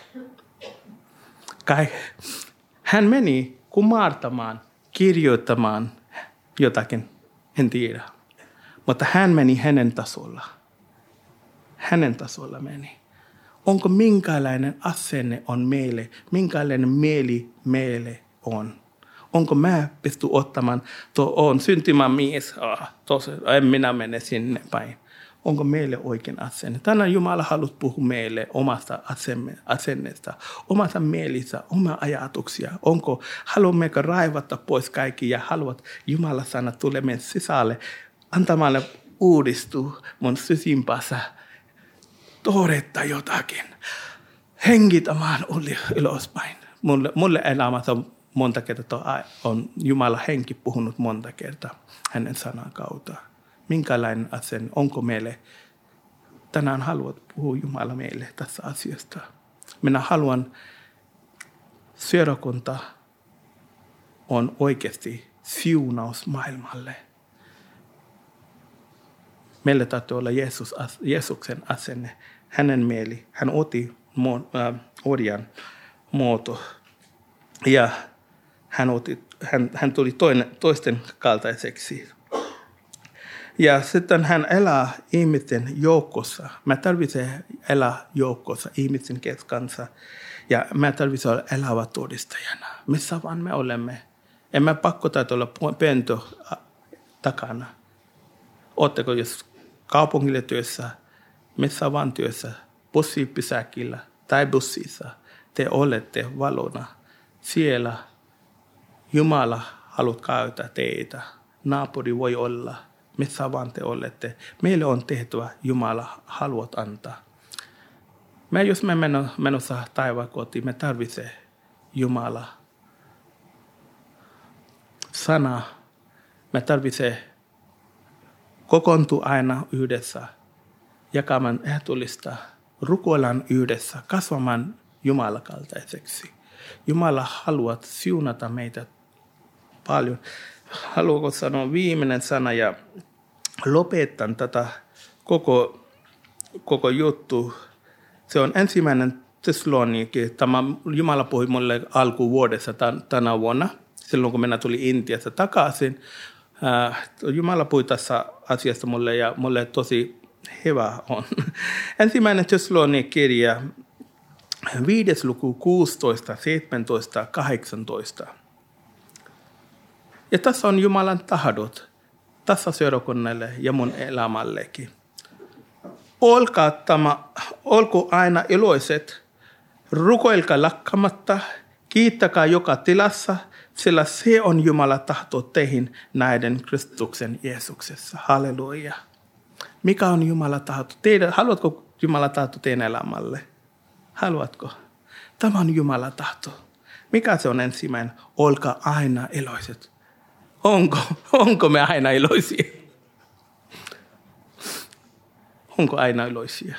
Kai hän meni kumartamaan, kirjoittamaan jotakin, en tiedä. Mutta hän meni hänen tasolla. Hänen tasolla meni. Onko minkälainen asenne on meille, minkälainen mieli meille on? Onko mä pysty ottamaan, tuo on syntymämies, ah, tos, en minä mene sinne päin. Onko meille oikein asenne? Tänään Jumala haluaa puhua meille omasta asennesta, omasta mielistä, oma ajatuksia. Onko, haluammeko raivata pois kaikki ja haluat Jumala sana tulee meidän sisälle, antamalla uudistua mun sysimpäässä, todetta jotakin, hengitämään ylöspäin. Mulle, mulle elämässä on monta kertaa, on Jumala henki puhunut monta kertaa hänen sanan kautta. Minkälainen asenne, onko meille, tänään haluat puhua Jumala meille tässä asiasta. Minä haluan, seurakunta on oikeasti siunaus maailmalle. Meillä täytyy olla Jeesus, Jeesuksen asenne, hänen mieli. Hän otti äh, orjan muoto ja hän, otti, hän, hän tuli toinen, toisten kaltaiseksi. Ja sitten hän elää ihmisten joukossa. Mä tarvitsen elää joukossa ihmisten kanssa. Ja mä tarvitsen olla elävä todistajana. Missä vaan me olemme. En mä pakko täytyy olla pöntö takana. Ootteko jos kaupungille työssä, missä vaan työssä, bussipysäkillä tai bussissa, te olette valona. Siellä Jumala haluaa käyttää teitä. Naapuri voi olla, missä vaan te olette. Meille on tehtävä, Jumala haluat antaa. Me, jos me menossa taivaan kotiin, me tarvitsemme Jumala sana. Me tarvitsemme kokoontua aina yhdessä, jakamaan ehtollista, rukoillaan yhdessä, kasvamaan Jumalakaltaiseksi. Jumala haluaa siunata meitä paljon. Haluatko sanoa viimeinen sana ja lopetan tätä koko, koko juttu. Se on ensimmäinen Thessaloniki. Tämä Jumala puhui mulle alkuvuodessa tänä vuonna, silloin kun minä tulin Intiasta takaisin. Jumala puhui tässä asiasta mulle ja mulle tosi hyvä on. Ensimmäinen Thessalonikin kirja, viides luku kuusitoista, seitsemäntoista, kahdeksantoista. Ja tässä on Jumalan tahdot, tässä seurakunnalle ja mun elämällekin. Olkaa tämä, olko aina iloiset, rukoilkaa lakkamatta, kiittäkää joka tilassa, sillä se on Jumala tahto teihin näiden Kristuksen Jeesuksessa. Halleluja. Mikä on Jumala tahto? Teidän, haluatko Jumala tahto teidän elämälle? Haluatko? Tämä on Jumala tahto. Mikä se on ensimmäinen? Olkaa aina iloiset. Onko, onko me aina iloisia? Onko aina iloisia?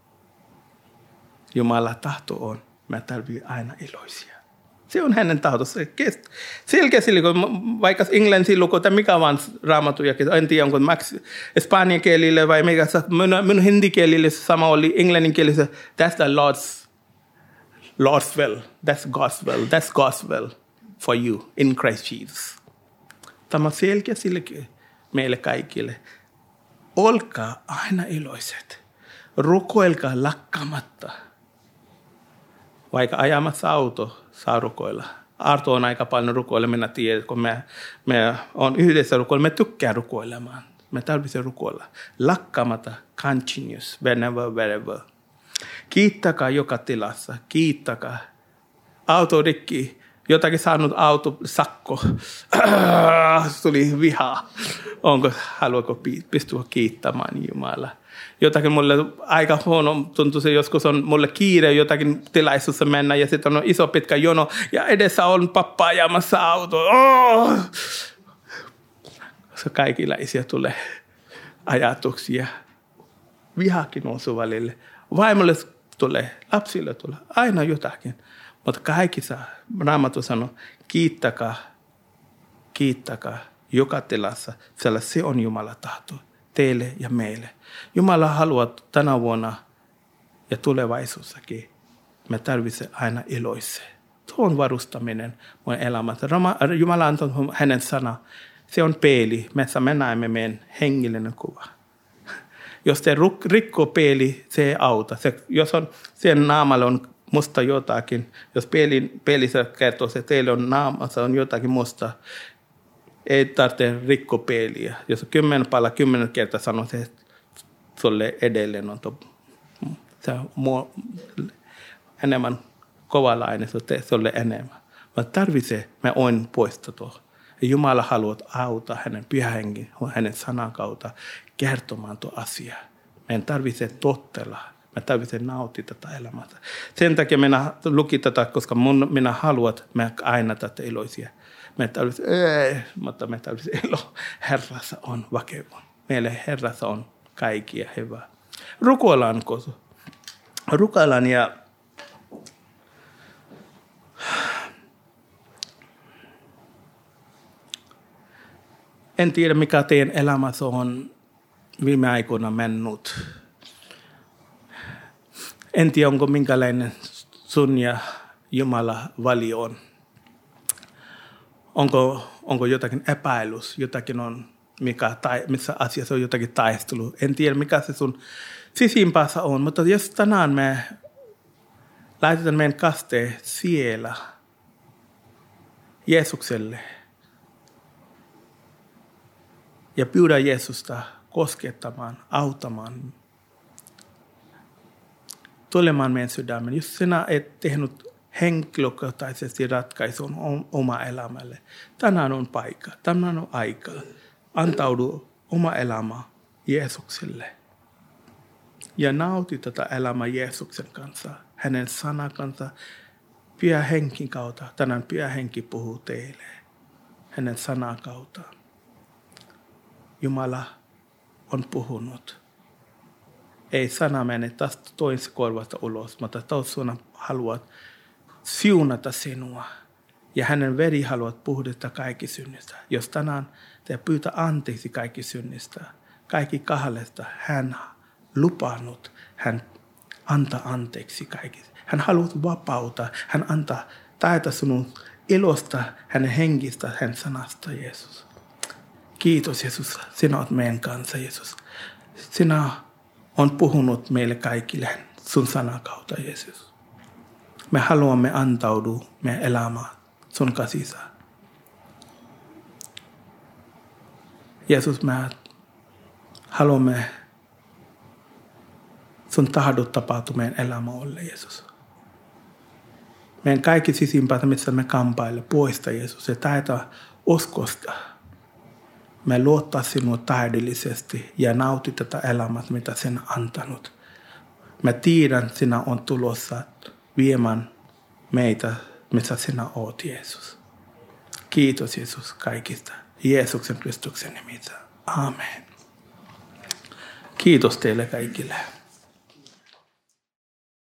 Jumala tahto on, me tarvitsemme aina iloisia. Se on hänen tahtonsa. Selkeästi, vaikka englannin luku tai mikä vaan raamatujakin, en tiedä onko max espanjan kielille vai mikä, minun, minun hindikielille sama oli englanninkielessä, that's the Lord's, Lord's will, that's God's will, that's God's will for you in Christ Jesus. Tämä on selkeästi meille kaikille. Olkaa aina iloiset. Rukoilkaa lakkaamatta. Vaikka ajamassa auto saa rukoilla. Arto on aika paljon rukoilla, minä tiedän, kun me, me on yhdessä rukoilla, me tykkää rukoilemaan. Me tarvitsemme rukoilla. Lakkaamatta, continuous, whenever, wherever. Kiittäkää joka tilassa, kiittäkää. Auto rikki, jotakin saanut auto, sakko, tuli vihaa. Onko, haluatko pystyä kiittämään Jumala? Jotakin mulle aika huono tuntuu se, joskus on mulle kiire jotakin tilaisuudessa mennä ja sitten on iso pitkä jono ja edessä on pappa ajamassa auto. Oh! Se kaikenlaisia tulee ajatuksia. Vihakin nousuu välille. Vaimolle tulee, lapsille tulee, aina jotakin. Mutta kaikki saa, Raamattu sanoo, kiittäkää, kiittäkää joka tilassa, sillä se on Jumalan tahto teille ja meille. Jumala haluaa tänä vuonna ja tulevaisuussakin. Me tarvitsemme aina iloisia. Tuo on varustaminen mun elämässä. Jumala antoi hänen sana. Se on peili, missä me näemme meidän hengellinen kuva. Jos te rikkoo peili, se ei auta. Se, jos on, sen naamalla on musta jotakin, jos peilin, peilissä kertoo, että teille on naamassa on jotakin musta, ei tarvitse rikkoa peiliä. Jos on kymmenen pala, kymmenen kertaa sanoo, että sulle edelleen on to, se on mua, enemmän kovalainen, se on enemmän. Mutta tarvitsee, me on poistettua. Ja Jumala haluaa auttaa hänen pyhähenkin, hänen sanan kautta kertomaan tuo asia. Meidän tarvitsee tottella. Me tarvitsee nauttia tätä elämää. Sen takia minä lukin tätä, koska mun, minä haluan, me aina tätä iloisia. Me tarvitsee, ei, mutta me tarvitsee ilo. Herrassa on vakeva. Meille Herrassa on kaikkia hyvää. Rukoillaan, rukoillaan ja en tiedä, mikä teidän elämässä on viime aikoina mennyt. En tiedä, onko minkälainen sun ja Jumala valio on. Onko, onko jotakin epäilys, jotakin on, mikä, tai, missä asiassa on jotakin taistelu. En tiedä, mikä se sun sisimpäässä on, mutta jos tänään me laitetaan meidän kasteen siellä Jeesukselle ja pyydä Jeesusta koskettamaan, auttamaan, tulemaan meidän sydämen. Jos sinä et tehnyt henkilökohtaisesti ratkaisun oma elämälle, tänään on paikka, tänään on aika. Antaudu oma elämä Jeesukselle. Ja nauti tätä elämää Jeesuksen kanssa, hänen sanan kanssa, pyhä henkin kautta. Tänään pyhä henki puhuu teille, hänen sanan kautta. Jumala on puhunut. Ei sana mene tästä toisesta korvasta ulos, mutta toisena haluat siunata sinua. Ja hänen veri haluat puhdistaa kaikki synnistä. Jos tänään te pyytä anteeksi kaikki synnistä, kaikki kahdesta, hän lupannut, hän antaa anteeksi kaikki. Hän haluaa vapauttaa, hän antaa taita sinun ilosta, hänen henkistä, hänen sanasta, Jeesus. Kiitos, Jeesus. Sinä olet meidän kanssa, Jeesus. Sinä on puhunut meille kaikille sun sanan kautta, Jeesus. Me haluamme antautua meidän elämään sun käsissä. Jeesus, me haluamme sun tahdot tapahtua meidän elämälle, Jeesus. Meidän kaikki sisimpää, missä me kampaille, poista, Jeesus. Ja taita uskosta. Me luottaa sinua täydellisesti ja nauti tätä elämää, mitä sinä antanut. Me tiedän, sinä on tulossa viemään meitä, missä sinä oot, Jeesus. Kiitos, Jeesus, kaikista. Jeesuksen Kristuksen nimissä. Amen. Kiitos teille kaikille.